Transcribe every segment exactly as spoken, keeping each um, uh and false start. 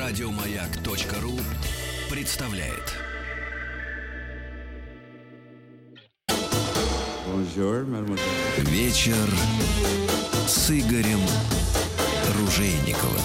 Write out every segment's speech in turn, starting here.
Радиомаяк.ру представляет. Вечер с Игорем Ружейниковым.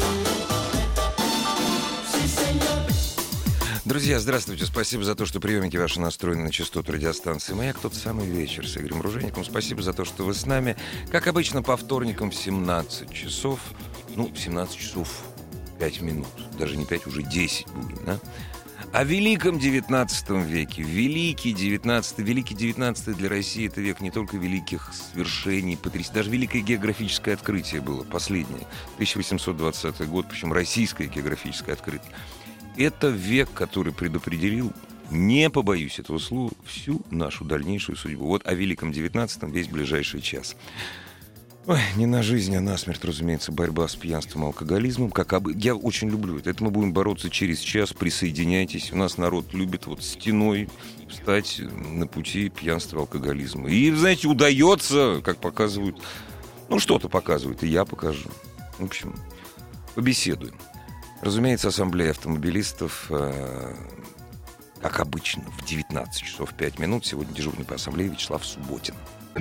Друзья, здравствуйте. Спасибо за то, что приемники ваши настроены на частоту радиостанции «Маяк». Тот самый вечер с Игорем Ружейниковым. Спасибо за то, что вы с нами. Как обычно, по вторникам в семнадцать часов. Ну, семнадцать часов пять минут. Даже не пять, уже десять будет, да? О великом девятнадцатом веке. Великий девятнадцатый. Великий девятнадцатый для России — это век не только великих свершений, потрясений. Даже великое географическое открытие было последнее. тысяча восемьсот двадцатый год, причем российское географическое открытие. Это век, который предопределил, не побоюсь этого слова, всю нашу дальнейшую судьбу. Вот о великом девятнадцатом весь ближайший час. Ой, не на жизнь, а на смерть, разумеется, борьба с пьянством и алкоголизмом. Как об... Я очень люблю это. Это мы будем бороться через час. Присоединяйтесь. У нас народ любит вот стеной встать на пути пьянства и алкоголизма. И, знаете, удается, как показывают, ну, что-то показывают, и я покажу. В общем, побеседуем. Разумеется, ассамблея автомобилистов, э, как обычно, в девятнадцать часов пять минут. Сегодня дежурный по ассамблее Вячеслав Субботин.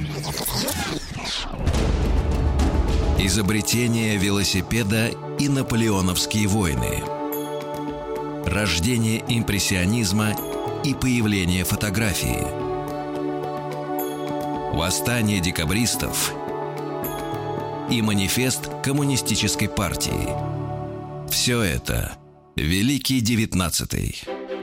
Изобретение велосипеда и наполеоновские войны. Рождение импрессионизма и появление фотографии. Восстание декабристов и манифест коммунистической партии. Все это Великий девятнадцатый.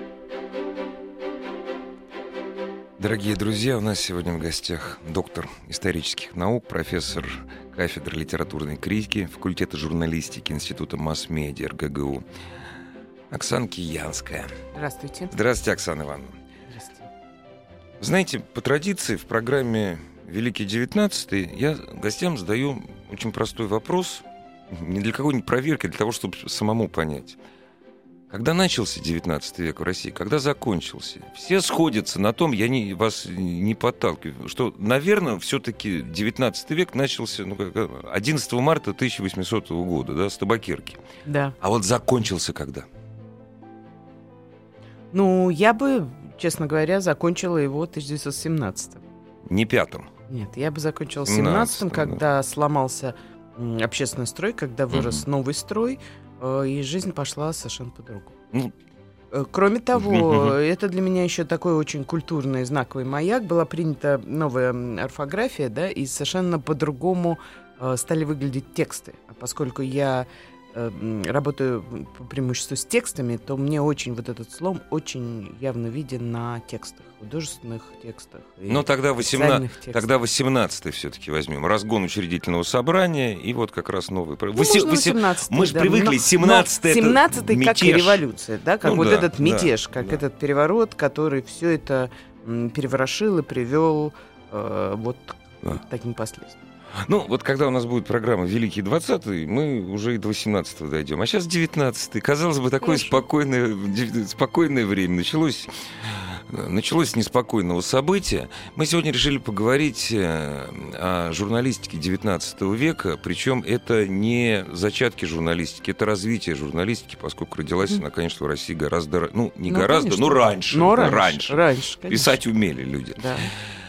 Дорогие друзья, у нас сегодня в гостях доктор исторических наук, профессор кафедры литературной критики факультета журналистики Института масс-медиа эр гэ гэ у Оксана Киянская. Здравствуйте. Здравствуйте, Оксана Ивановна. Здравствуйте. Знаете, по традиции в программе «Великий девятнадцатый» я гостям задаю очень простой вопрос, не для какой-нибудь проверки, а для того, чтобы самому понять. Когда начался девятнадцатый век в России, когда закончился? Все сходятся на том, я не, вас не подталкиваю, что, наверное, все-таки девятнадцатый век начался ну, одиннадцатого марта тысяча восьмисотого года, да, с табакерки. Да. А вот закончился когда? Ну, я бы, честно говоря, закончила его тысяча девятьсот семнадцатым. Не пятым. Нет, я бы закончила семнадцатым, когда да. сломался м, общественный строй, когда вырос Угу. новый строй, э, и жизнь пошла совершенно по-другому. Ну, Э, Кроме того, Мгм. это для меня еще такой очень культурный знаковый маяк. Была принята новая м, орфография, да, и совершенно по-другому э, стали выглядеть тексты. А поскольку я э, м, работаю по преимуществу с текстами, то мне очень вот этот слом очень явно виден на текстах, художественных текстах. И ну тогда, официальных восемнадцатый, текстах. тогда восемнадцатый все-таки возьмем. Разгон учредительного собрания и вот как раз новый... Ну, Восе- можно восе- восемнадцатый, Мы же да, привыкли, но- семнадцатый но это семнадцатый как и мятеж. революция, да, как Ну вот да, этот мятеж, да, как да. этот переворот, который все это м, переворошил и привел э, вот Да. к таким последствиям. Ну, вот когда у нас будет программа «Великий двадцатый», мы уже и до восемнадцатого дойдем. А сейчас девятнадцатый. Казалось бы, такое спокойное, дев- спокойное время. Началось, началось с неспокойного события. Мы сегодня решили поговорить э, о журналистике девятнадцатого века. Причем это не зачатки журналистики, это развитие журналистики, поскольку родилась она, конечно, в России гораздо... ра- Ну, не Ну, гораздо, конечно. но раньше. Но да, раньше, раньше, конечно. Писать умели люди. Да.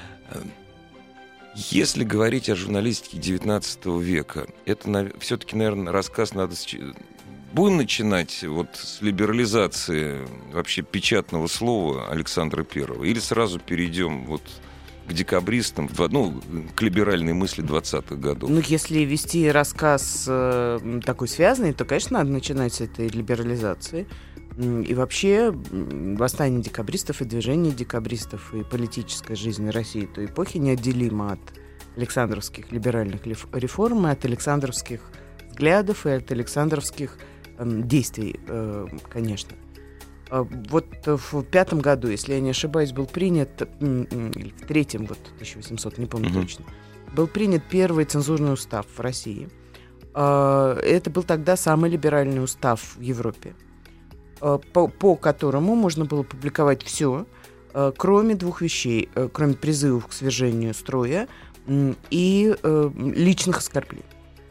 Если говорить о журналистике девятнадцатого века, это все-таки, наверное, рассказ надо... С... Будем начинать вот с либерализации вообще печатного слова Александра Первого? Или сразу перейдем вот к декабристам, ну, к либеральной мысли двадцатых годов? Ну, если вести рассказ э, такой связанный, то, конечно, надо начинать с этой либерализации. М, И вообще м, восстание декабристов и движение декабристов и политическая жизнь России той эпохи неотделима от александровских либеральных лиф- реформ, и от александровских взглядов и от александровских эм, действий, э, конечно. А Вот в пятом году, если я не ошибаюсь, был принят, м, м, или в третьем, вот тысяча восемьсот, не помню Мгм. точно, был принят первый цензурный устав в России. А, Это был тогда самый либеральный устав в Европе, а, по, по которому можно было публиковать все, кроме двух вещей, а, кроме призывов к свержению строя м, и э, личных оскорблений.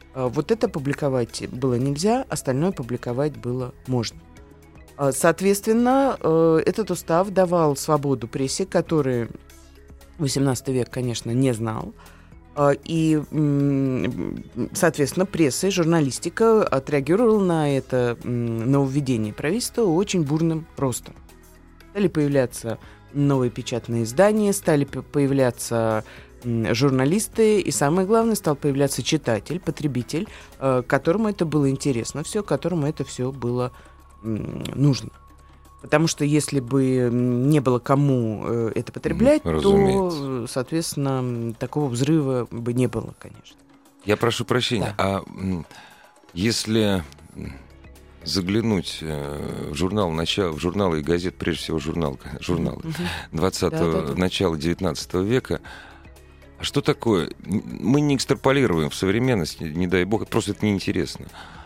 Вот это публиковать было нельзя, остальное публиковать было можно. Соответственно, этот устав давал свободу прессе, которую восемнадцатый век, конечно, не знал. И, соответственно, пресса и журналистика отреагировала на это нововведение правительства очень бурным ростом. Стали появляться новые печатные издания, стали появляться журналисты, и самое главное, стал появляться читатель, потребитель, которому это было интересно все, которому это все было нужно. Потому что если бы не было кому это потреблять, разумеется, то, соответственно, такого взрыва бы не было, конечно. Я прошу прощения, Да. а если заглянуть в журнал, начало, в журналы и газет, прежде всего журнал, журналы двадцатого, Да, да, да. начала девятнадцатого века, а что такое? Мы не экстраполируем в современность, не дай бог, просто это неинтересно.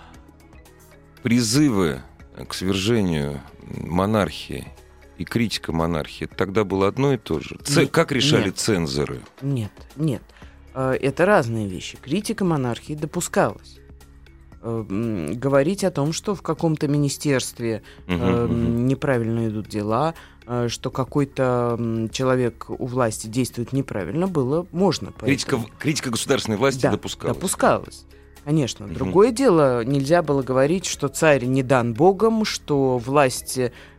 Призывы к свержению монархии и критика монархии, тогда было одно и то же? Ц... Нет, как решали нет. цензоры? Нет, нет. Э, Это разные вещи. Критика монархии допускалась. Э, м, Говорить о том, что в каком-то министерстве Мгм, э, мгм. неправильно идут дела, э, что какой-то м, человек у власти действует неправильно, было можно. Критика, Поэтому- критика государственной власти Да, допускалась. допускалась. Конечно. Мгм. Другое дело, нельзя было говорить, что царь не дан Богом, что власть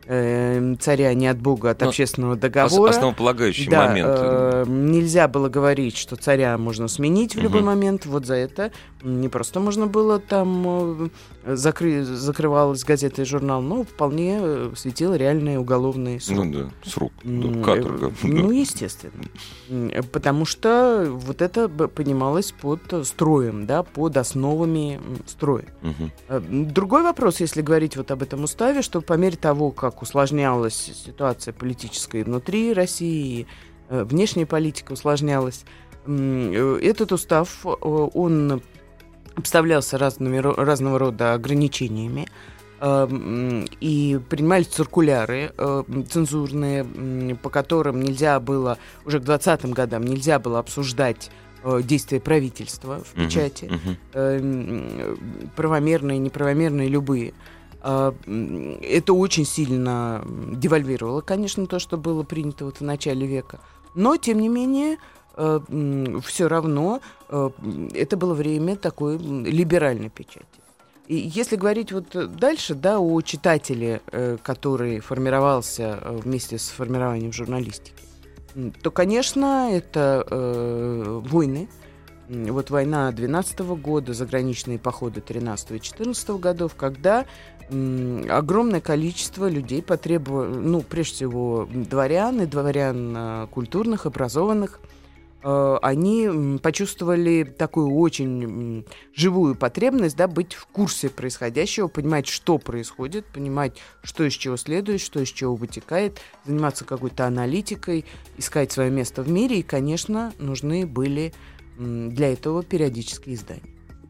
э, царя не от Бога, а от Но общественного Ос- договора. Основополагающий Да, момент. э, нельзя было говорить, что царя можно сменить в любой Мгм. момент. Вот за это не просто можно было там э, закры- закрывалась газета и журнал, но вполне э, светил реальный уголовный срок. Ну да, срок, М, да, э, каторга. Ну, да. естественно. М, э, Потому что вот это б- понималось под э, строем, да, под основами м, строя. Мгм. Э, м, Другой вопрос, если говорить вот об этом уставе, что по мере того, как усложнялась ситуация политическая внутри России, э, внешняя политика усложнялась, м, э, этот устав, э, он обставлялся разными, ро- разного рода ограничениями, э, м, и принимались циркуляры э, м, цензурные, м, по которым нельзя было, уже к двадцатым годам нельзя было обсуждать э, действия правительства в Мгм, печати, мгм. э, м, правомерные, неправомерные, любые. А, м, Это очень сильно девальвировало, конечно, то, что было принято вот в начале века. Но, тем не менее, все равно э, м, это было время такой м, либеральной печати. И если говорить вот дальше, да, о читателе, э, который формировался э, вместе с формированием журналистики, м, то, конечно, это э, войны. М, Вот война двенадцатого года, заграничные походы тринадцатого и четырнадцатого годов, когда м, огромное количество людей потребовало, ну, прежде всего, дворян и дворян э, культурных, образованных, э, они м, почувствовали такую очень м, живую потребность, да, быть в курсе происходящего, понимать, что происходит, понимать, что из чего следует, что из чего вытекает, заниматься какой-то аналитикой, искать свое место в мире, и, конечно, нужны были м, для этого периодические издания.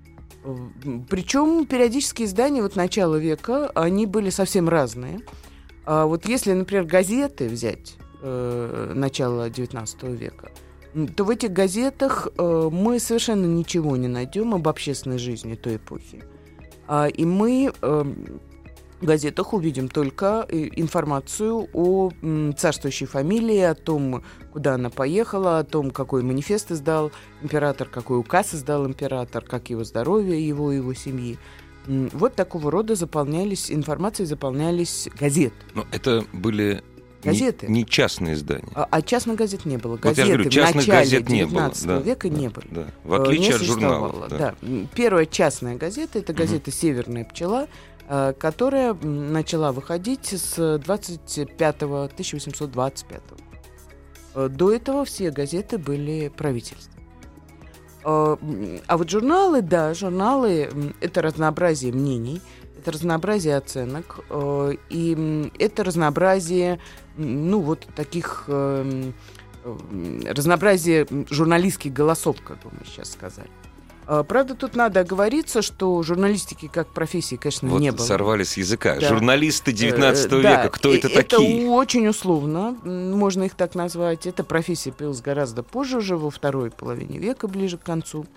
Причем периодические издания вот начала века, они были совсем разные. А вот если, например, газеты взять э, начала девятнадцатого века, м, то в этих газетах э, мы совершенно ничего не найдем об общественной жизни той эпохи. А, и мы э, в газетах увидим только э, информацию о м, царствующей фамилии, о том, куда она поехала, о том, какой манифест издал император, какой указ издал император, как его здоровье, его и его семьи. М, Вот такого рода заполнялись, информацией заполнялись газеты. Но это были не- Газеты. Не, частные издания. А, а частных газет не было. Вот я же Газеты говорю, в частных начале газет не было. девятнадцатого Да, века да, не было. да. В Э, отличие не от журналов. существовало, да. да. М, Первая частная газета — это газета «Северная пчела», э, которая м, начала выходить с двадцать пятого, тысяча восемьсот двадцать пятого. Э, До этого все газеты были правительственные. Э, м, А вот журналы, да, журналы м, — это разнообразие мнений, это разнообразие оценок, э, и м, это разнообразие, м, ну, вот таких э, м, разнообразие м, журналистских голосов, как бы мы сейчас сказали. А, Правда, тут надо оговориться, что журналистики как профессии, конечно, Вот не было. сорвали с языка. Да. Журналисты девятнадцатого Э, да, века. Кто и- это Это такие? очень условно, м, можно их так назвать. Эта профессия появилась гораздо позже, уже во второй половине века, ближе к концу.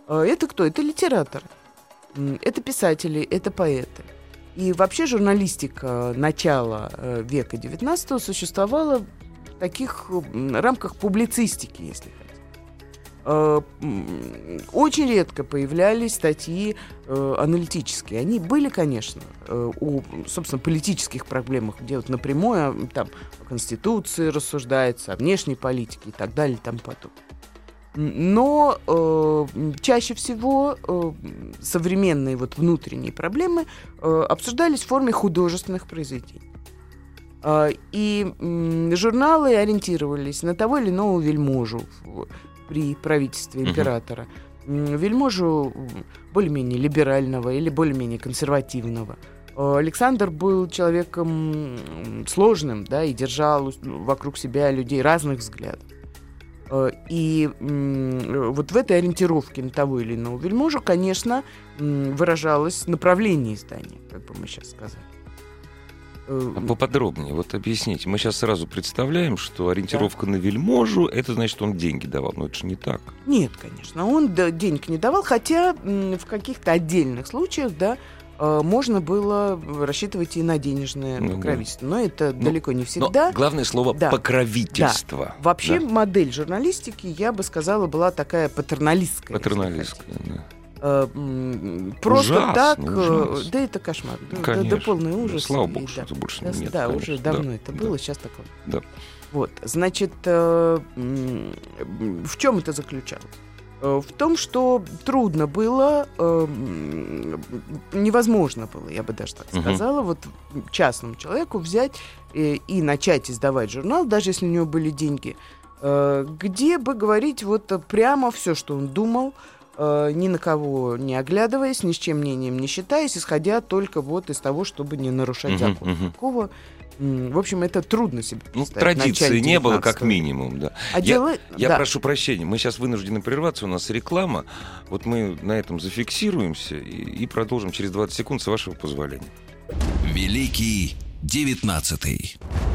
Это кто? Это литераторы, это писатели, это поэты. И вообще журналистика начала века девятнадцатого существовала в таких рамках публицистики, если хотите. Очень редко появлялись статьи аналитические. Они были, конечно, о, собственно, политических проблемах, где вот напрямую там, о Конституции рассуждается, о внешней политике и так далее и тому подобное. Но э, чаще всего э, современные вот внутренние проблемы э, обсуждались в форме художественных произведений. Э, и э, журналы ориентировались на того или иного вельможу в, при правительстве императора. Uh-huh. Вельможу более-менее либерального или более-менее консервативного. Э, Александр был человеком сложным, да, и держал вокруг себя людей разных взглядов. И м, вот в этой ориентировке на того или иного вельможу, конечно, м, выражалось направление издания, как бы мы сейчас сказали. А поподробнее, вот объясните. Мы сейчас сразу представляем, что ориентировка да. на вельможу, это значит, он деньги давал. Но это же не так. Нет, конечно, он да, денег не давал, хотя м, в каких-то отдельных случаях, да, можно было рассчитывать и на денежное ну, покровительство. Да. Но это ну, далеко не всегда. Главное слово да. покровительство. Да. Вообще да. модель журналистики, я бы сказала, была такая патерналистская. Патерналистская, да. Просто ужасно, так, ужасно. Да это кошмар, да, да, полный ужас. Слава богу, и, что да. это больше да, нет. Да, конечно. уже давно да. это было, да. сейчас такое. Да. Вот, значит, в чем это заключалось? В том, что трудно было, невозможно было, я бы даже так сказала, uh-huh. вот частному человеку взять и, и начать издавать журнал, даже если у него были деньги, где бы говорить вот прямо все, что он думал, ни на кого не оглядываясь, ни с чем мнением не считаясь, исходя только вот из того, чтобы не нарушать uh-huh, закон. Uh-huh. Такого, в общем, это трудно себе представить. Ну, традиции не было, как минимум, да. А я дело... я да. прошу прощения, мы сейчас вынуждены прерваться, у нас реклама. Вот мы на этом зафиксируемся и, и продолжим через двадцать секунд, с вашего позволения. Великий девятнадцатый.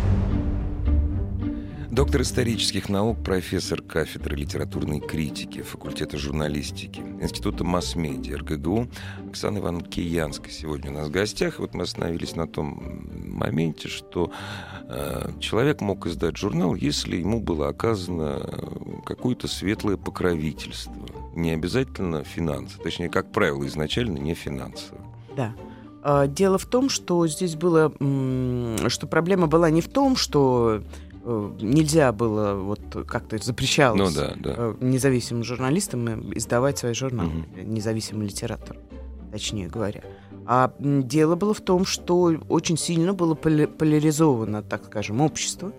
Доктор исторических наук, профессор кафедры литературной критики факультета журналистики Института масс-медиа эр гэ гэ у Оксана Ивановна Киянская сегодня у нас в гостях. Вот мы остановились на том моменте, что э, человек мог издать журнал, если ему было оказано какое-то светлое покровительство. Не обязательно финансы. Точнее, как правило, изначально не финансово. Да. Дело в том, что здесь было, что проблема была не в том, что нельзя было, вот как-то запрещалось ну, да, да. независимым журналистам издавать свои журналы, угу. независимым литераторам, точнее говоря. А дело было в том, что очень сильно было поляризовано, так скажем, общество,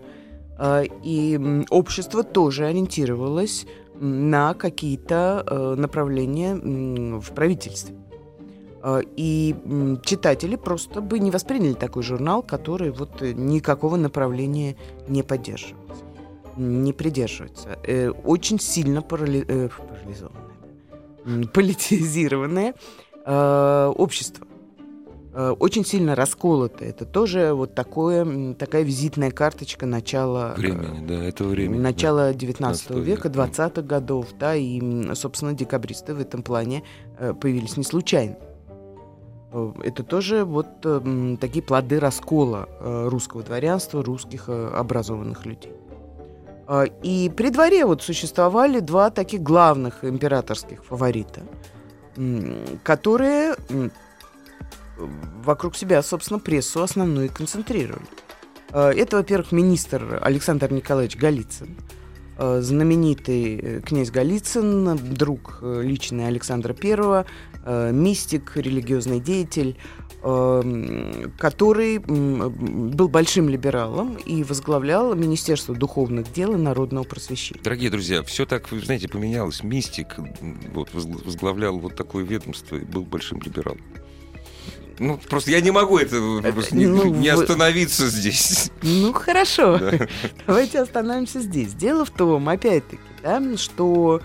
и общество тоже ориентировалось на какие-то направления в правительстве. И читатели просто бы не восприняли такой журнал, который вот никакого направления не поддерживается, не придерживается. Очень сильно парали... парализованное, политизированное общество. Очень сильно расколото. Это тоже вот такое, такая визитная карточка начала, времени, да, этого времени, начала девятнадцатого века, двадцатых годов, да, и, собственно, декабристы в этом плане появились не случайно. Это тоже вот э, такие плоды раскола э, русского дворянства, русских э, образованных людей. Э, и при дворе вот существовали два таких главных императорских фаворита, э, которые э, вокруг себя, собственно, прессу основную концентрировали. Э, это, во-первых, министр Александр Николаевич Голицын, э, знаменитый князь Голицын, друг э, личный Александра Первого, мистик, религиозный деятель, который был большим либералом и возглавлял Министерство духовных дел и народного просвещения. Дорогие друзья, все так, вы знаете, поменялось. Мистик вот, возглавлял вот такое ведомство и был большим либералом. Ну, просто я не могу это, просто не, ну, не остановиться вы... здесь. Ну, хорошо. Да. Давайте остановимся здесь. Дело в том, опять-таки, да, что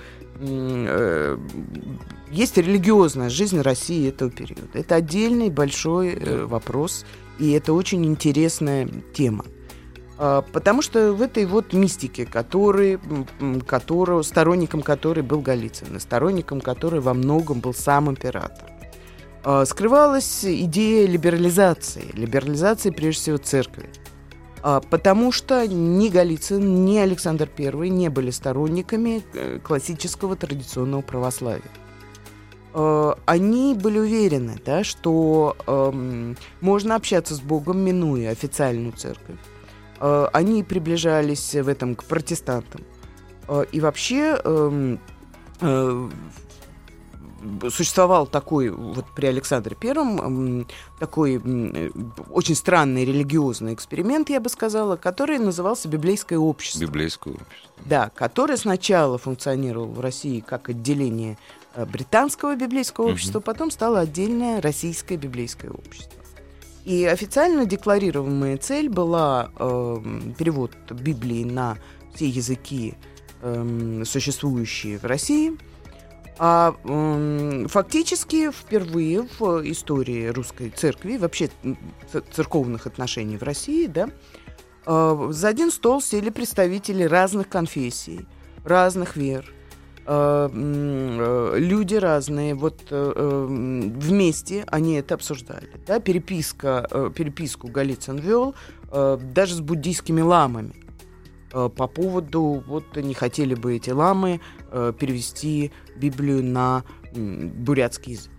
э, есть религиозная жизнь России этого периода. Это отдельный большой э, вопрос, и это очень интересная тема. Потому что в этой вот мистике, который, который, сторонником которой был Голицын, и сторонником которой во многом был сам император, скрывалась идея либерализации, либерализации прежде всего церкви. Потому что ни Голицын, ни Александр Первый не были сторонниками классического традиционного православия. Они были уверены, да, что э, можно общаться с Богом, минуя официальную церковь. Э, они приближались в этом к протестантам. Э, и вообще э, э, существовал такой, вот при Александре Первом, э, такой э, очень странный религиозный эксперимент, я бы сказала, который назывался «Библейское общество». Библейское общество. Да, которое сначала функционировало в России как отделение британского библейского общества, uh-huh. потом стало отдельное российское библейское общество. И официально декларируемая цель была э, перевод Библии на все языки, э, существующие в России. А э, фактически впервые в истории русской церкви, вообще церковных отношений в России, да, э, за один стол сели представители разных конфессий, разных вер, люди разные, вот вместе они это обсуждали. Да? Переписка, переписку Голицын вел даже с буддийскими ламами по поводу, вот не хотели бы эти ламы перевести Библию на бурятский язык.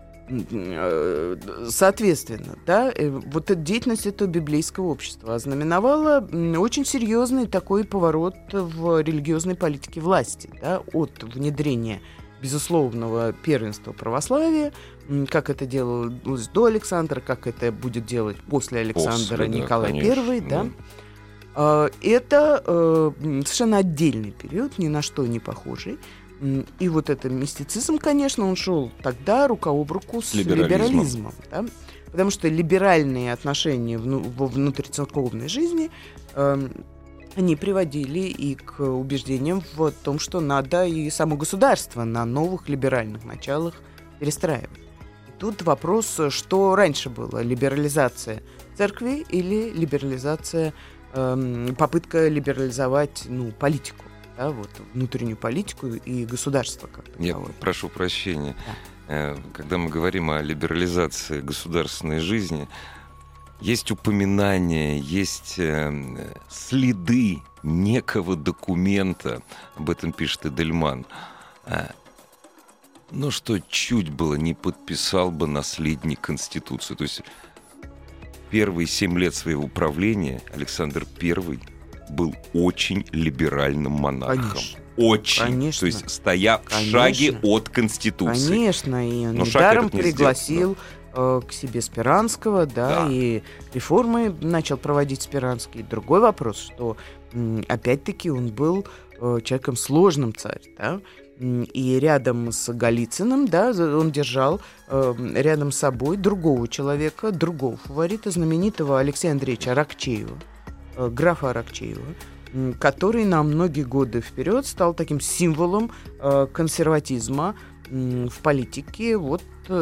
Соответственно, да, вот эта деятельность этого библейского общества ознаменовала очень серьезный такой поворот в религиозной политике власти, да, от внедрения безусловного первенства православия, как это делалось до Александра, как это будет делать после Александра после, Николай да, Первый, да. Да. Это совершенно отдельный период, ни на что не похожий. И вот этот мистицизм, конечно, он шел тогда рука об руку с либерализмом. либерализмом да? Потому что либеральные отношения вну, во внутрицерковной жизни э, они приводили и к убеждениям в том, что надо и само государство на новых либеральных началах перестраивать. Тут вопрос, что раньше было, либерализация церкви или либерализация, э, попытка либерализовать ну, политику. Да, вот, внутреннюю политику и государство как таковое. Я прошу прощения. Да. Когда мы говорим о либерализации государственной жизни, есть упоминания, есть следы некого документа, об этом пишет Эдельман, но что чуть было не подписал бы наследник Конституции. То есть первые семь лет своего правления Александр Первый был очень либеральным монархом. Конечно. Очень. Конечно. То есть стоя в Конечно. шаге от Конституции. Конечно, и он Но недаром не пригласил сделал, э, к себе Спиранского, да, да, и реформы начал проводить Спиранский. Другой вопрос, что м, опять-таки он был э, человеком сложным, царь, да, и рядом с Голицыным, да, он держал э, рядом с собой другого человека, другого фаворита, знаменитого Алексея Андреевича Аракчеева, графа Аракчеева, который на многие годы вперед стал таким символом э, консерватизма э, в политике вот, э,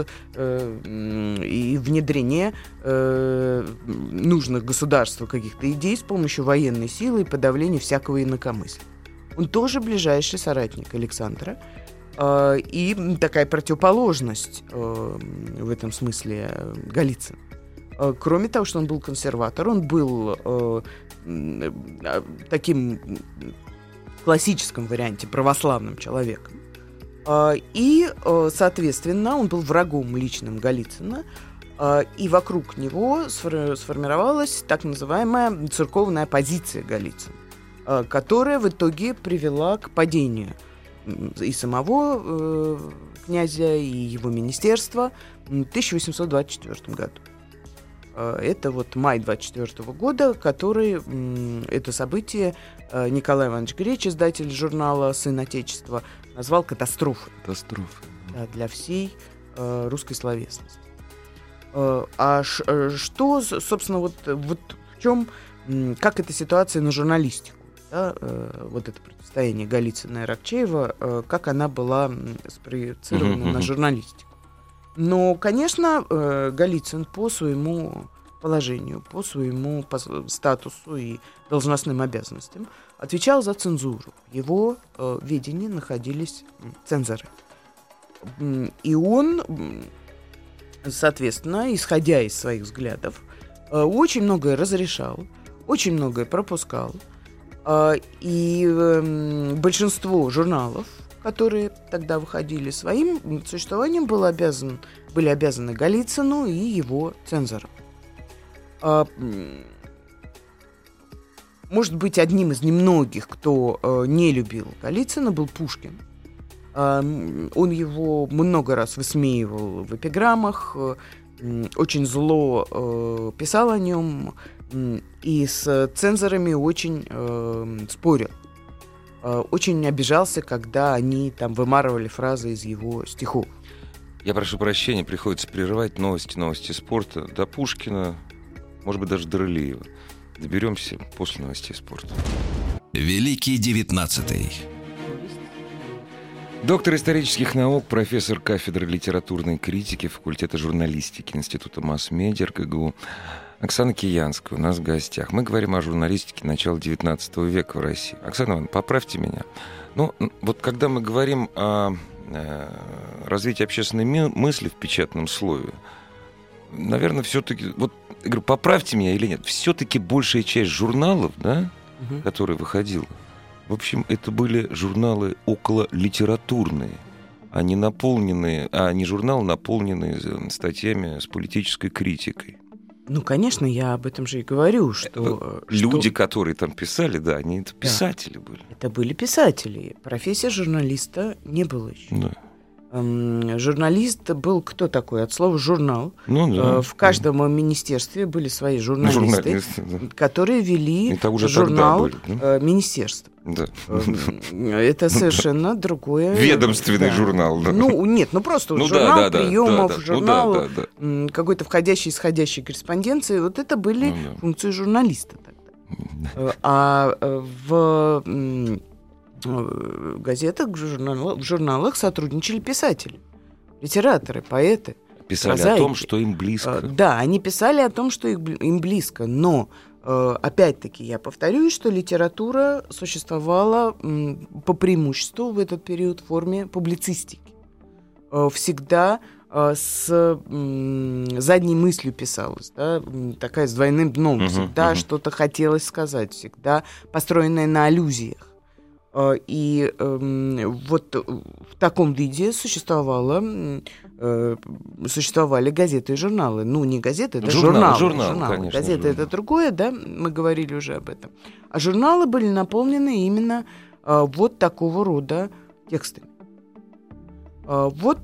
и внедрения э, нужных государству каких-то идей с помощью военной силы и подавления всякого инакомыслия. Он тоже ближайший соратник Александра, э, и такая противоположность э, в этом смысле Голицын. Кроме того, что он был консерватор, он был э, э, таким в классическом варианте православным человеком. Э, и, э, соответственно, он был врагом личным Голицына. Э, и вокруг него сфор- сформировалась так называемая церковная оппозиция Голицына, э, которая в итоге привела к падению и самого э, князя, и его министерства в тысяча восемьсот двадцать четвёртом году. Это вот май двадцать четвёртого года, который, это событие Николай Иванович Греч, издатель журнала «Сын Отечества», назвал катастрофой. Катастрофой. Да, для всей э, русской словесности. Э, а ш, что, собственно, вот, вот в чем, как эта ситуация на журналистику, да, э, вот это противостояние Голицына и Аракчеева, э, как она была спроецирована uh-huh, на uh-huh. журналистику. Но, конечно, Голицын по своему, положению, по своему по статусу и должностным обязанностям, отвечал за цензуру. В его э, ведении находились цензоры. И он, соответственно, исходя из своих взглядов, э, очень многое разрешал, очень многое пропускал. Э, и э, большинство журналов, которые тогда выходили, своим существованием был обязан, были обязаны Голицыну и его цензорам. А, может быть, одним из немногих, кто а, не любил Голицына, был Пушкин. А, он его много раз высмеивал в эпиграммах, а, очень зло а, писал о нем и с цензорами очень а, спорил. Очень обижался, когда они там вымарывали фразы из его стихов. Я прошу прощения, приходится прерывать новости, новости спорта. До Пушкина, может быть, даже до Рылеева. Доберемся после новостей спорта. Великий девятнадцатый. Доктор исторических наук, профессор кафедры литературной критики факультета журналистики Института масс-медиа РГГУ Оксана Киянская у нас в гостях. Мы говорим о журналистике начала девятнадцатого века в России. Оксана Ивановна, поправьте меня. Ну, вот когда мы говорим о, о развитии общественной ми- мысли в печатном слове, наверное, все-таки, вот, я говорю, поправьте меня или нет, все-таки большая часть журналов, да, угу. которые выходила, в общем, это были журналы около литературные, а не наполненные, а не журналы, наполненные статьями с политической критикой. Ну, конечно, я об этом же и говорю, что... Люди, что... которые там писали, да, они это писатели да. были. Это были писатели. Профессия журналиста не было еще. Да. Эм, журналист был кто такой? От слова «журнал». Ну, да, э, в каждом да. министерстве были свои журналисты, журналисты да. которые вели журнал были, да? э, министерства. Да. Это совершенно другое. Ведомственный да. журнал. Да. Ну, нет, ну просто ну, журнал да, да, приемов, да, да, журнал ну, да, да, да. какой-то входящей и исходящей корреспонденции. Вот это были ну, да. функции журналиста тогда. А в газетах, в журналах, в журналах сотрудничали писатели, литераторы, поэты. Писали прозаики. О том, что им близко. Да, они писали о том, что им близко, но опять-таки, я повторюсь, что литература существовала по преимуществу в этот период в форме публицистики. Всегда с задней мыслью писалась, да, такая с двойным дном. Uh-huh, всегда uh-huh. что-то хотелось сказать, всегда построенное на аллюзиях. И э, вот в таком виде существовало, э, существовали газеты и журналы. Ну, не газеты, это журнал, журналы. Журнал, журналы. Конечно, газеты журнал. Это другое, да, мы говорили уже об этом. А журналы были наполнены именно э, вот такого рода текстами. Э, вот,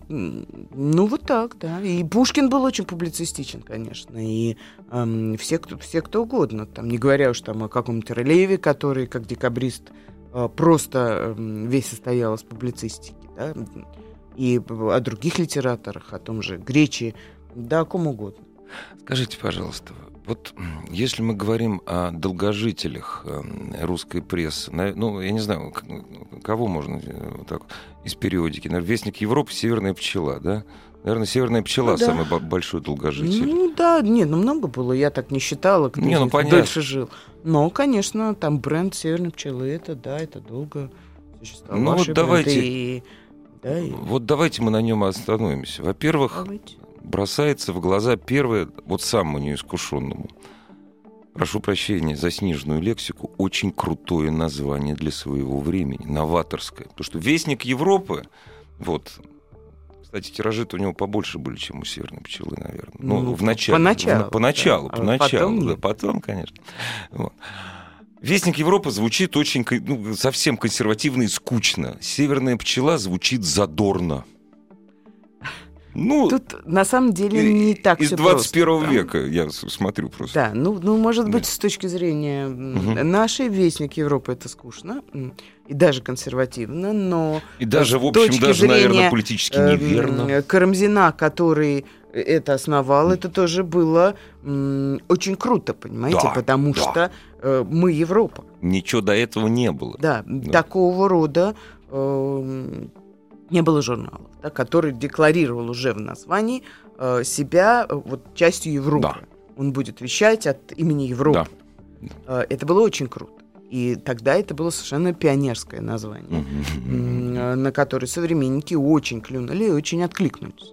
ну вот так, да. И Пушкин был очень публицистичен, конечно. И э, все, кто, все кто угодно. Там, не говоря уж там о каком-то Рылееве, который как декабрист просто весь состоял из публицистики, да, и о других литераторах, о том же Гречи, да о ком угодно. Скажите, пожалуйста, вот если мы говорим о долгожителях русской прессы, ну, я не знаю, кого можно вот так, из периодики, наверное, «Вестник Европы», «Северная пчела», да? Наверное, «Северная пчела» ну, да. самый большой долгожитель. Ну да, нет, ну много было, я так не считала, кто не, ну, дольше жил. Но, конечно, там бренд «Северной пчелы», это да, это долго существовал. Ну вот давайте, и, да, и... вот давайте мы на нем остановимся. Во-первых, давайте. бросается в глаза первое, вот самому неискушенному, прошу прощения за сниженную лексику, очень крутое название для своего времени, новаторское. Потому что «Вестник Европы», вот... Кстати, тиражи-то у него побольше были, чем у «Северной пчелы», наверное. Ну, ну в начале. Поначалу. В, поначалу, да. поначалу. Потом, да, потом, конечно. Вот. «Вестник Европы» звучит очень, ну, совсем консервативно и скучно. «Северная пчела» звучит задорно. Ну, тут на самом деле не так из все двадцать первого просто, века, да? Я смотрю просто. Да, ну, ну может быть, да. с точки зрения угу. нашей «Вестник Европы» это скучно и даже консервативно, но и даже, в общем, даже, зрения, наверное, политически неверно. Э, Карамзина, который это основал, это тоже было м, очень круто, понимаете, да, потому да. что э, мы Европа. Ничего до этого не было. Да, да. такого рода... Э, не было журналов, да, который декларировал уже в названии э, себя вот, частью Европы. Да, он будет вещать от имени Европы. Да. Это было очень круто. И тогда это было совершенно пионерское название, mm-hmm. на которое современники очень клюнули и очень откликнулись.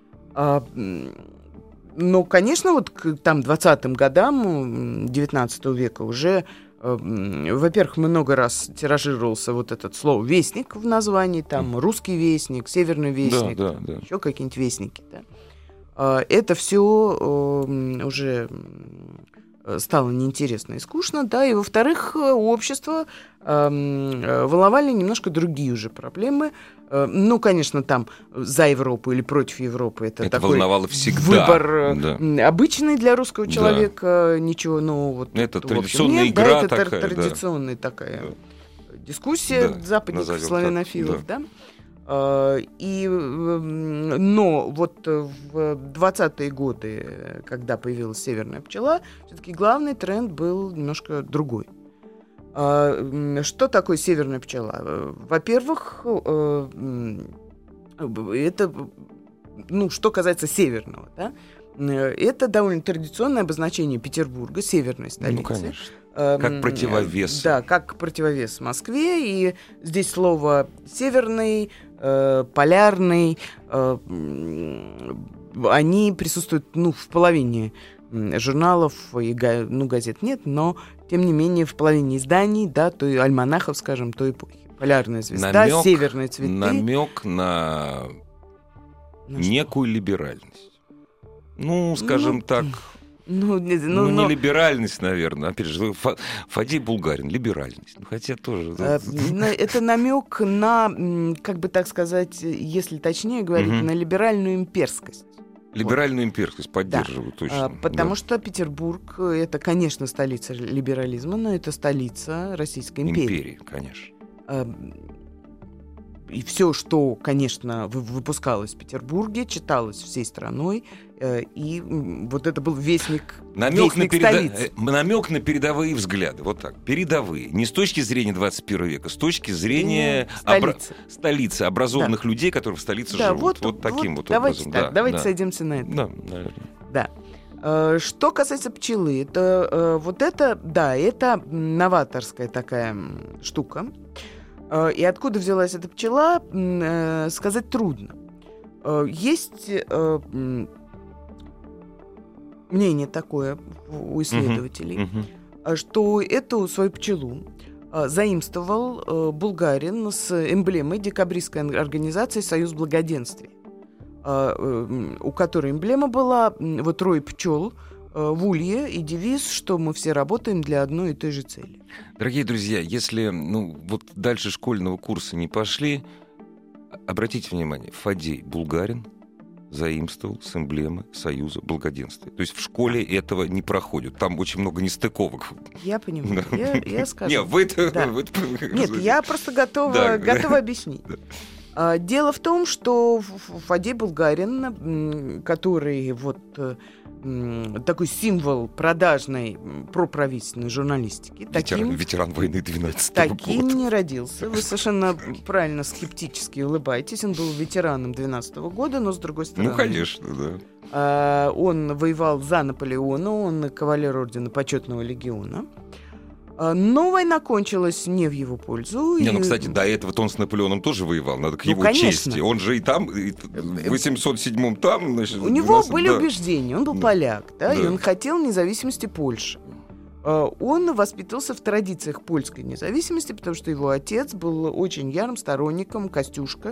Но, конечно, вот к там, двадцатым годам девятнадцатого века уже, во-первых, много раз тиражировался вот этот слово «вестник» в названии, там «русский вестник», «северный вестник», да, да, да. еще какие-нибудь вестники. Да. Это все уже стало неинтересно и скучно, да, и, во-вторых, общество э, волновали немножко другие уже проблемы. Э, ну, конечно, там за Европу или против Европы это, это такой волновало всегда. Выбор да. обычный для русского человека, да. ничего нового. Вот, это тут, традиционная нет, игра да, это такая. традиционная да. такая да. дискуссия да. западников, славянофилов, да. И, но вот в двадцатые годы, когда появилась северная пчела, все-таки главный тренд был немножко другой. Что такое северная пчела? Во-первых, это, ну, что касается северного, да, это довольно традиционное обозначение Петербурга, северной столицы. Ну, конечно. Как противовес. Да, как противовес Москве. И здесь слово «северный», э, «полярный», э, они присутствуют, ну, в половине журналов и ну, газет нет, но, тем не менее, в половине изданий, да, той альманахов, скажем, той эпохи. «Полярная звезда», намек, «Северные цветы». Намек на, на некую либеральность. Ну, скажем ну, так... Ну, не, ну, ну но... не либеральность, наверное. Опять же, Фадей Булгарин, либеральность. Ну, хотя тоже... Это намек на, как бы так сказать, если точнее говорить, угу. на либеральную имперскость. Либеральную вот. имперскость поддерживаю, да. точно. Потому да. что Петербург — это, конечно, столица либерализма, но это столица Российской империи. Империи, конечно. И все, что, конечно, выпускалось в Петербурге, читалось всей страной, и вот это был вестник, намек, вестник на переда... столицы. намек на передовые взгляды, вот так, передовые. Не с точки зрения двадцать первого века, с точки зрения столицы, обра... столицы образованных да. людей, которые в столице да, живут. Вот, вот таким вот, вот давайте образом. Так, да, давайте да. сойдемся на это. Да, наверное. Да. Что касается пчелы, это вот это, да, это новаторская такая штука. И откуда взялась эта пчела, сказать трудно. Есть мнение такое у исследователей, uh-huh. Uh-huh. что эту свою пчелу заимствовал Булгарин с эмблемой декабристской организации «Союз благоденствия», у которой эмблема была вот рой пчел в улье и девиз, что мы все работаем для одной и той же цели. Дорогие друзья, если ну, вот дальше школьного курса не пошли, обратите внимание, Фадей Булгарин заимствовал с эмблемы Союза благоденствия. То есть в школе этого не проходит. Там очень много нестыковок. Я понимаю. Я, я скажу. Нет, вы это... Да. Вы это... Нет, я просто готова, да. готова объяснить. Да. Дело в том, что Фадей Булгарин, который вот такой символ продажной проправительственной журналистики, Ветеран, таким, ветеран войны двенадцатого года. Таким не родился. Вы совершенно правильно скептически улыбаетесь. Он был ветераном двенадцатого года, но с другой стороны... Ну, конечно, да. Он воевал за Наполеона, он кавалер ордена Почетного легиона. Но война кончилась не в его пользу. Не, и... ну, кстати, до этого-то он с Наполеоном тоже воевал, надо к ну, его конечно. чести. Он же и там, и в восемьсот седьмом там... Значит, У него нас... были да. убеждения, он был да. поляк, да, да, и он хотел независимости Польши. Он воспитывался в традициях польской независимости, потому что его отец был очень ярым сторонником Костюшка,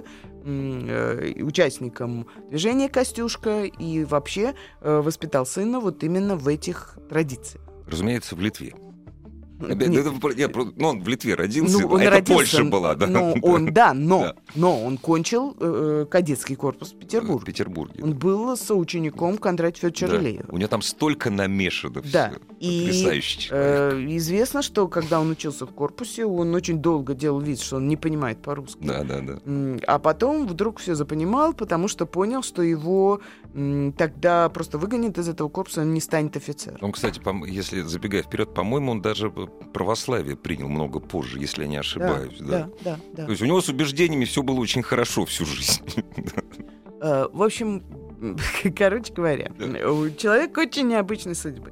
участником движения Костюшка, и вообще воспитал сына вот именно в этих традициях. Разумеется, в Литве. Это, я, ну, он в Литве родился, ну, он это родился, Польша была, да. Но он, да, но, да. но он кончил э, кадетский корпус в Петербурге. В Петербурге. Он был соучеником Кондратия Федоровича да. Рылеева. У него там столько намешано да. все. И, потрясающий человек. Э, известно, что когда он учился в корпусе, он очень долго делал вид, что он не понимает по-русски. Да, да, да. А потом вдруг все запонимал, потому что понял, что его м, тогда просто выгонят из этого корпуса, он не станет офицером. Он, кстати, если забегая вперед, по-моему, он даже православие принял много позже, если я не ошибаюсь. Да, да, да, да. То есть у него с убеждениями все было очень хорошо всю жизнь. В общем, короче говоря, человек очень необычной судьбы.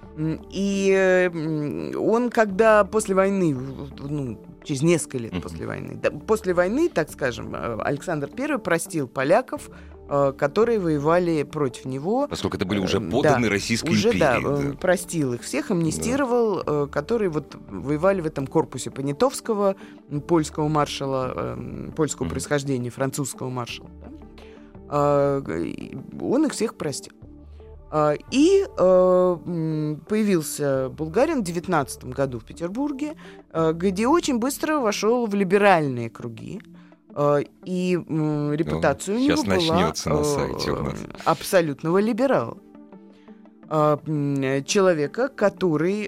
И он, когда после войны, ну, через несколько лет после войны, да, после войны, так скажем, Александр Первый простил поляков, которые воевали против него. Поскольку это были уже подданные да, Российской уже, империи. Да, да, простил их всех, амнистировал, да. которые вот воевали в этом корпусе Понятовского, польского маршала, польского mm-hmm. происхождения, французского маршала. Да? Он их всех простил. И появился Булгарин в девятнадцатом году в Петербурге, где очень быстро вошел в либеральные круги. И репутация ну, у него была на сайте у нас. Абсолютного либерала. Человека, который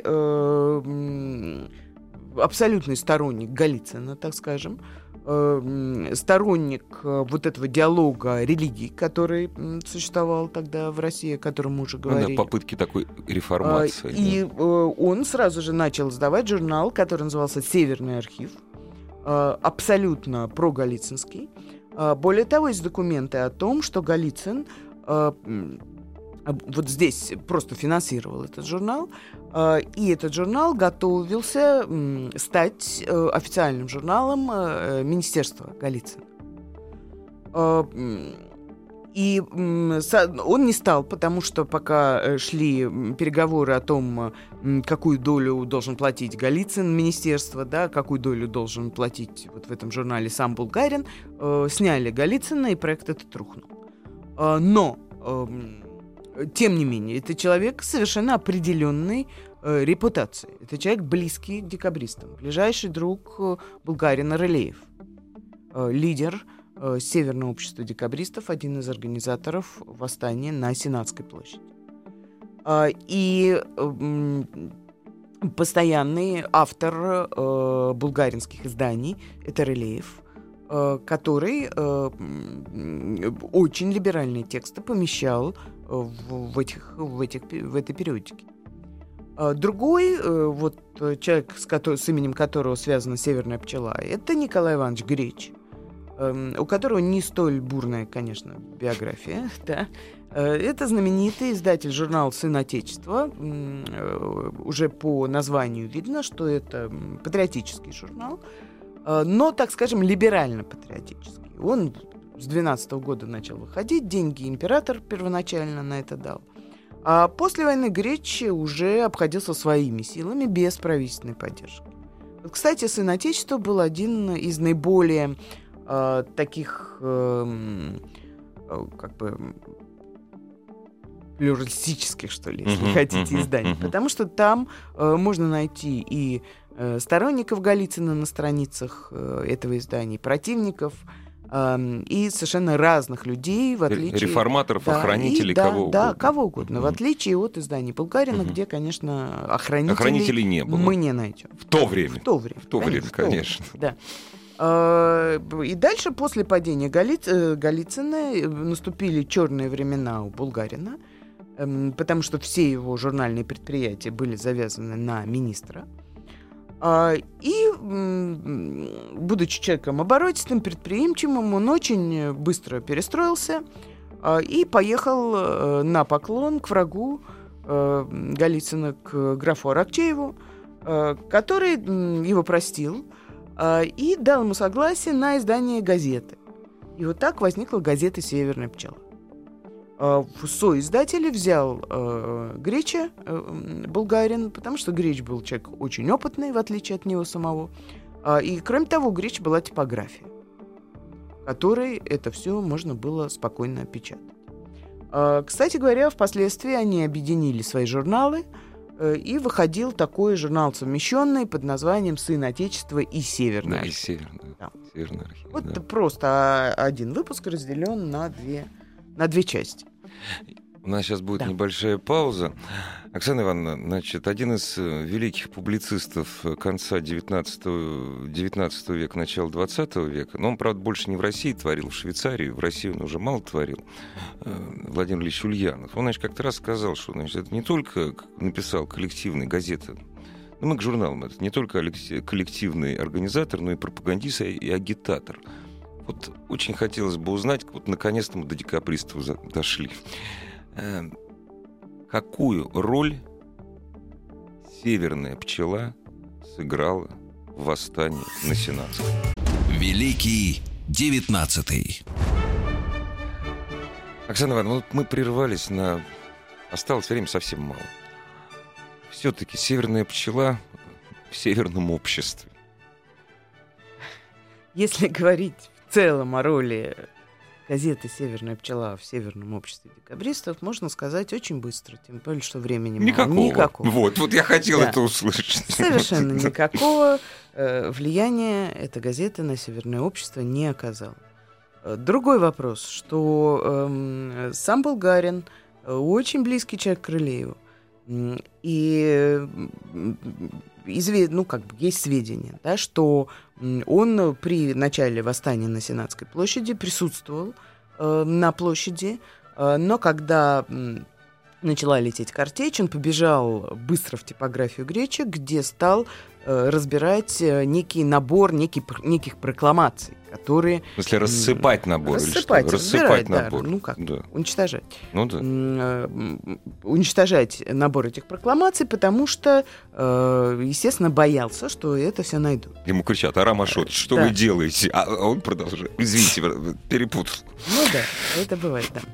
абсолютный сторонник Голицына, так скажем, сторонник вот этого диалога религий, который существовал тогда в России, о котором мы уже говорили. Ну, да, попытки такой реформации. И да. он сразу же начал издавать журнал, который назывался «Северный архив», абсолютно проголицынский. Более того, есть документы о том, что Голицын вот здесь просто финансировал этот журнал, и этот журнал готовился стать официальным журналом Министерства Голицына. И он не стал, потому что пока шли переговоры о том, какую долю должен платить Голицын, министерство, да, какую долю должен платить вот в этом журнале сам Булгарин, сняли Голицына, и проект этот рухнул. Но тем не менее, это человек с совершенно определенной э, репутацией. Это человек, близкий к декабристам. Ближайший друг э, Булгарина Рылеев. Э, лидер э, Северного общества декабристов, один из организаторов восстания на Сенатской площади. Э, и э, постоянный автор э, булгаринских изданий — это Рылеев, который э, очень либеральные тексты помещал в, в, этих, в, этих, в этой периодике. Другой э, вот, человек, с, который, с именем которого связана «Северная пчела», это Николай Иванович Греч, э, у которого не столь бурная, конечно, биография. Да. Это знаменитый издатель журнала «Сын Отечества». Э, уже по названию видно, что это патриотический журнал, но, так скажем, либерально-патриотический. Он с двенадцатого года начал выходить, деньги император первоначально на это дал. А после войны Греч уже обходился своими силами, без правительственной поддержки. Вот, кстати, «Сын Отечества» был один из наиболее э, таких, э, э, как бы, плюралистических, что ли, если uh-huh, хотите, uh-huh, изданий. Uh-huh. Потому что там э, можно найти и сторонников Голицына на страницах э, этого издания, противников э, и совершенно разных людей, в отличие... Реформаторов, да, охранителей, и, да, кого да, угодно. Да, кого угодно, mm-hmm. в отличие от изданий Булгарина, mm-hmm. где, конечно, охранителей, охранителей не было. Мы не найдем. В то время. В то время, в то конечно. Время, конечно. В то время, да. И дальше, после падения Голи... Голицына, наступили черные времена у Булгарина, потому что все его журнальные предприятия были завязаны на министра. И, будучи человеком оборотистым, предприимчивым, он очень быстро перестроился и поехал на поклон к врагу Голицына, к графу Аракчееву, который его простил и дал ему согласие на издание газеты. И вот так возникла газета «Северная пчела». В соиздателе взял э, Греча, э, Булгарин, потому что Греч был человек очень опытный, в отличие от него самого. А, и, кроме того, у Греча была типография, в которой это все можно было спокойно печатать. А, кстати говоря, впоследствии они объединили свои журналы, э, и выходил такой журнал совмещенный под названием «Сын Отечества» и «Северный архив». Да, и «Северный, да. Северный архив». Вот да. Просто один выпуск разделен на две... на две части. У нас сейчас будет да. небольшая пауза. Оксана Ивановна, значит, один из великих публицистов конца девятнадцатого, девятнадцатого века, начала двадцатого века, но он, правда, больше не в России творил, в Швейцарии, в России он уже мало творил, Владимир Ильич Ульянов. Он, значит, как-то раз сказал, что, значит, это не только написал коллективные газеты, ну, мы к журналам, это не только коллективный организатор, но и пропагандист и агитатор. Вот очень хотелось бы узнать, вот наконец-то мы до декабристов за- дошли. Э, какую роль северная пчела сыграла в восстании на Сенатском? Великий девятнадцатый. Оксана Ивановна, вот мы прервались на... Осталось время совсем мало. Все-таки северная пчела в северном обществе. Если говорить в целом о роли газеты «Северная пчела» в Северном обществе декабристов, можно сказать очень быстро, тем более, что времени мало. Никакого. Никакого. Вот, вот я хотел Да. это услышать. Совершенно никакого э, влияния эта газета на Северное общество не оказала. Э, Другой вопрос, что эм, сам Булгарин э, очень близкий человек к Рылееву. М, И м, изве- ну, как бы есть сведения, да, что м, он при начале восстания на Сенатской площади присутствовал э, на площади, э, но когда м, начала лететь картечь, он побежал быстро в типографию Гречек, где стал э, разбирать э, некий набор некий, пр- неких прокламаций, которые... В смысле, рассыпать набор или что? Рассыпать, Рассыпать разбирать, да, набор. ну как, Да. уничтожать. Ну да. М, э, м, уничтожать набор этих прокламаций, потому что, э, естественно, боялся, что это все найдут. Ему кричат: Арам Ашотович, что Да. вы делаете? А а он продолжает. Извините, перепутал. Ну да, это бывает, да.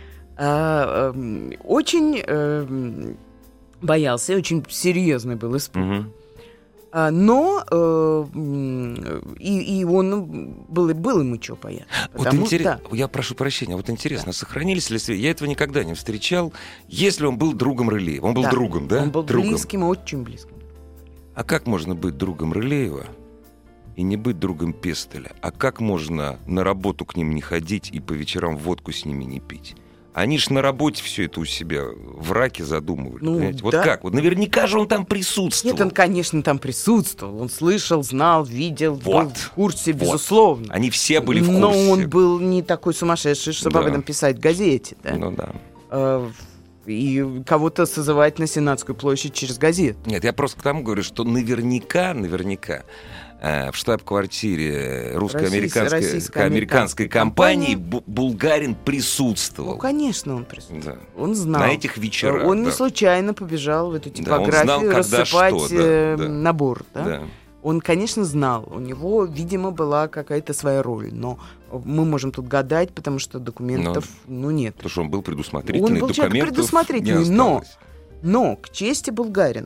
А, эм, очень эм, боялся, очень серьезный был испуг. Мгм. А, но э, м, и, и он был, был ему что бояться. Вот Потому- интересно, да. я прошу прощения, вот интересно, сохранились ли связи? Я этого никогда не встречал. Если он был другом Рылеева, он был Да. другом, да? Он был другом. близким, очень близким. А как можно быть другом Рылеева и не быть другом Пестеля? А как можно на работу к ним не ходить и по вечерам водку с ними не пить? Они ж на работе все это у себя в раке задумывали. Ну, понимаете? Вот да. как? Вот наверняка же он там присутствовал. Нет, он, конечно, там присутствовал. Он слышал, знал, видел, был Вот. в курсе, Вот. безусловно. Они все были в курсе. Но он был не такой сумасшедший, чтобы Да. об этом писать в газете. Да? Ну да. Э, И кого-то созывать на Сенатскую площадь через газету. Нет, я просто к тому говорю, что наверняка, наверняка э, в штаб-квартире русско-американской Российско-американской американской компании Бу- Булгарин присутствовал. Ну, конечно, он присутствовал. Да. Он знал. На этих вечерах. Он не да. случайно побежал в эту Да, он типографию знал, когда рассыпать что, да, э, да. набор. Да? Да. Он, конечно, знал. У него, видимо, была какая-то своя роль. Но мы можем тут гадать, потому что документов, ну, нет. Потому что он был предусмотрительный, Он был человек документов предусмотрительный, не но- осталось. Но, к чести Булгарина,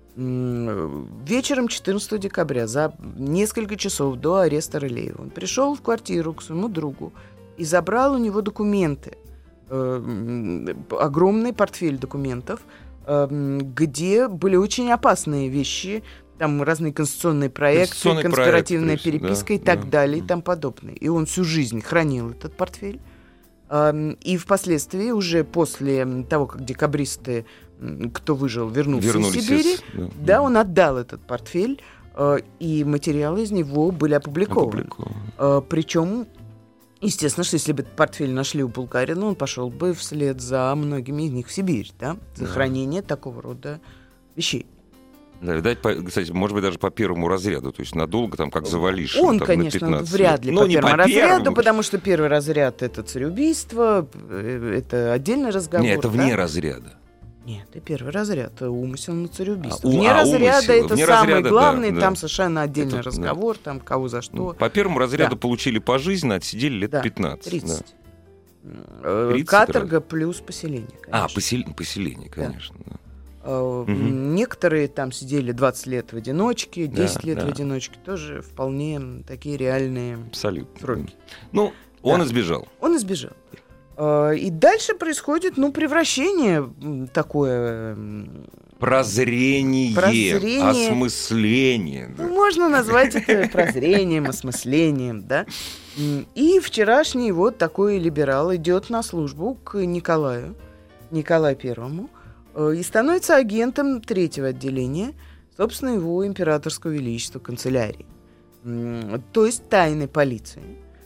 м, вечером четырнадцатого декабря, за несколько часов до ареста Рылеева, он пришел в квартиру к своему другу и забрал у него документы. Э, м, огромный портфель документов, э, м, где были очень опасные вещи, там разные конституционные проекты, Конституционный проект, конспиративная то есть, переписка да, и так да. далее и тому подобное. И он всю жизнь хранил этот портфель. Ам, И впоследствии, уже после того, как декабристы, м, кто выжил, вернулся Вернулись из Сибири, из- да. да, он отдал этот портфель, э, и материалы из него были опубликованы. Опубликован. Э, Причем, естественно, что если бы этот портфель нашли у Булгарина, он пошел бы вслед за многими из них в Сибирь, да, за Да. хранение такого рода вещей. Да, видать, по- кстати, может быть, даже по первому разряду, то есть надолго, там, как завалишь. Он, там, на конечно, пятнадцать вряд лет. ли Ну, по не первому по разряду, первому. потому что первый разряд — это цареубийство, э, это отдельный разговор. Нет, это да? вне разряда. Нет, это первый разряд, это умысел на цареубийство. А, у- Вне а, разряда умысел, это вне самый разряда, да, главный, да. там совершенно отдельный Это, да. разговор, там кого за что. По первому разряду Да. получили пожизненно, отсидели лет Да, пятнадцать. тридцать. да. Э, тридцать Каторга плюс поселение, А, конечно. посел- поселение, конечно. да. Э, Мгм. Некоторые там сидели двадцать лет в одиночке, десять Да, лет да. в одиночке, тоже вполне м, такие реальные Абсолютно. сроки. Ну, он Да. избежал. Он избежал. Э, И дальше происходит, ну, превращение м, такое... м, Прозрение, Прозрение. осмысление. да. Ну, можно назвать это прозрением, осмыслением, да. М, И вчерашний вот такой либерал идет на службу к Николаю, Николаю Первому, э, и становится агентом третьего отделения, собственно, его императорского величества канцелярии. М, То есть тайной полиции.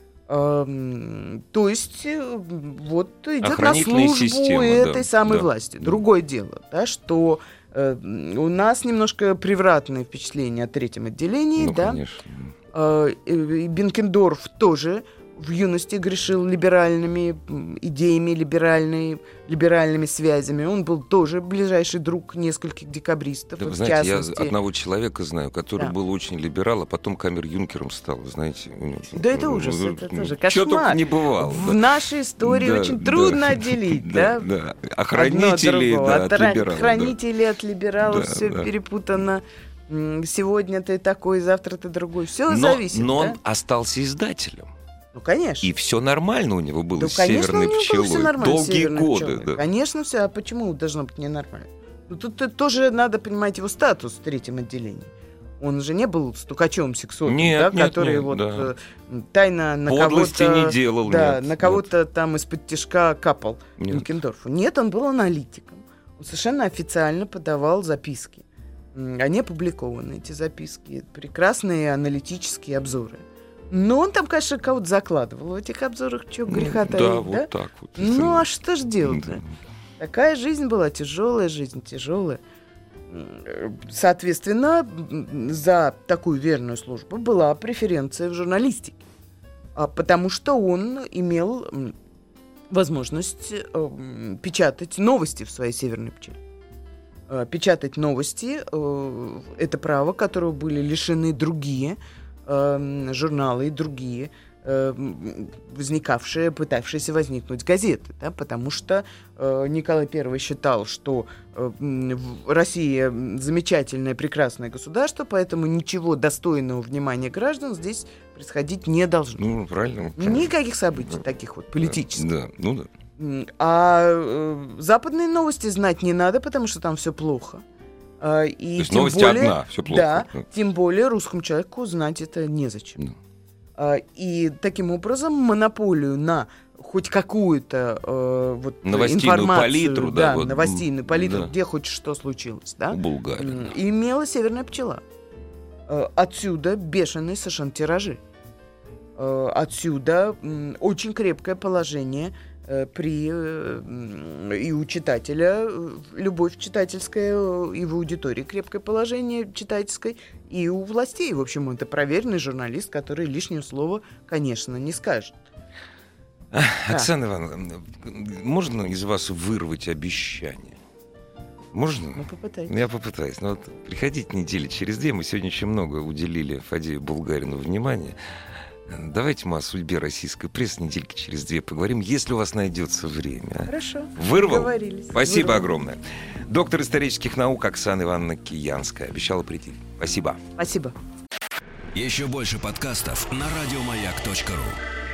Эм, То есть э, вот идет на Охранительная службу система, да, этой самой да, власти. да. Другое дело, да, что э, у нас немножко превратное впечатление о третьем отделении, Ну, да. конечно. Э, и Бенкендорф тоже в юности грешил либеральными идеями, либеральными, либеральными связями. Он был тоже ближайший друг нескольких декабристов. Да, вы в знаете, частности. я одного человека знаю, который да. был очень либерал, а потом камер-юнкером стал, знаете. Да это ужас, это тоже кошмар. Чего только не бывало. В да. нашей истории да, очень да, трудно да, отделить, да? да? Да. Охранители да, от, от либералов. Охранители да. от либералов, да, все да. перепутано. Сегодня ты такой, завтра ты другой. Все но, зависит. Но да? он остался издателем. Ну, конечно. И все нормально у него было да, с «Северной пчелой». Долгие годы. Да. Конечно, все. А почему должно быть ненормально? Ну, тут тоже надо понимать его статус в третьем отделении. Он же не был стукачом-сексотом, да, нет, который нет, вот да. тайно на подлости кого-то... не делал. Да, нет, на кого-то нет. там из-под тишка капал Бенкендорфу. Нет, он был аналитиком. Он совершенно официально подавал записки. Они опубликованы, эти записки. Прекрасные аналитические обзоры. Но он там, конечно, кого-то закладывал в этих обзорах, что греха таить, да? да? вот так вот. Ну, а что ж делать-то? Да. Такая жизнь была, тяжелая жизнь, тяжелая. Соответственно, за такую верную службу была преференция в журналистике. Потому что он имел возможность печатать новости в своей «Северной пчеле». Печатать новости – это право, которого были лишены другие журналы и другие возникавшие, пытавшиеся возникнуть газеты, да, потому что э, Николай Первый считал, что э, Россия замечательное, прекрасное государство, поэтому ничего достойного внимания граждан здесь происходить не должно. Ну, правильно. правильно. Никаких событий да. таких вот политических. Да, ну да. А э, западные новости знать не надо, потому что там все плохо. И То есть тем новости более, одна, все плохо. Да, тем более русскому человеку знать это незачем. Да. И таким образом монополию на хоть какую-то э, вот новостейную информацию, палитру, да, да, вот, новостейную палитру, да. где хоть что случилось, да, у Булгарии, и имела «Северная пчела». Отсюда бешеные совершенно тиражи. Отсюда очень крепкое положение при и у читателя, любовь читательская, и в аудитории крепкое положение читательское, и у властей. В общем, это проверенный журналист, который лишнего слова, конечно, не скажет. Оксана да. Ивановна, можно из вас вырвать обещание? Можно? Ну, попытайтесь. Я попытаюсь. Но вот приходите недели через две. Мы сегодня очень много уделили Фадею Булгарину внимания. Давайте мы о судьбе российской прессы недельки через две поговорим, если у вас найдется время. Хорошо. Вырвал? Договорились. Спасибо Вырвал. огромное. Доктор исторических наук Оксана Ивановна Киянская обещала прийти. Спасибо. Спасибо. Еще больше подкастов на радиомаяк точка ру.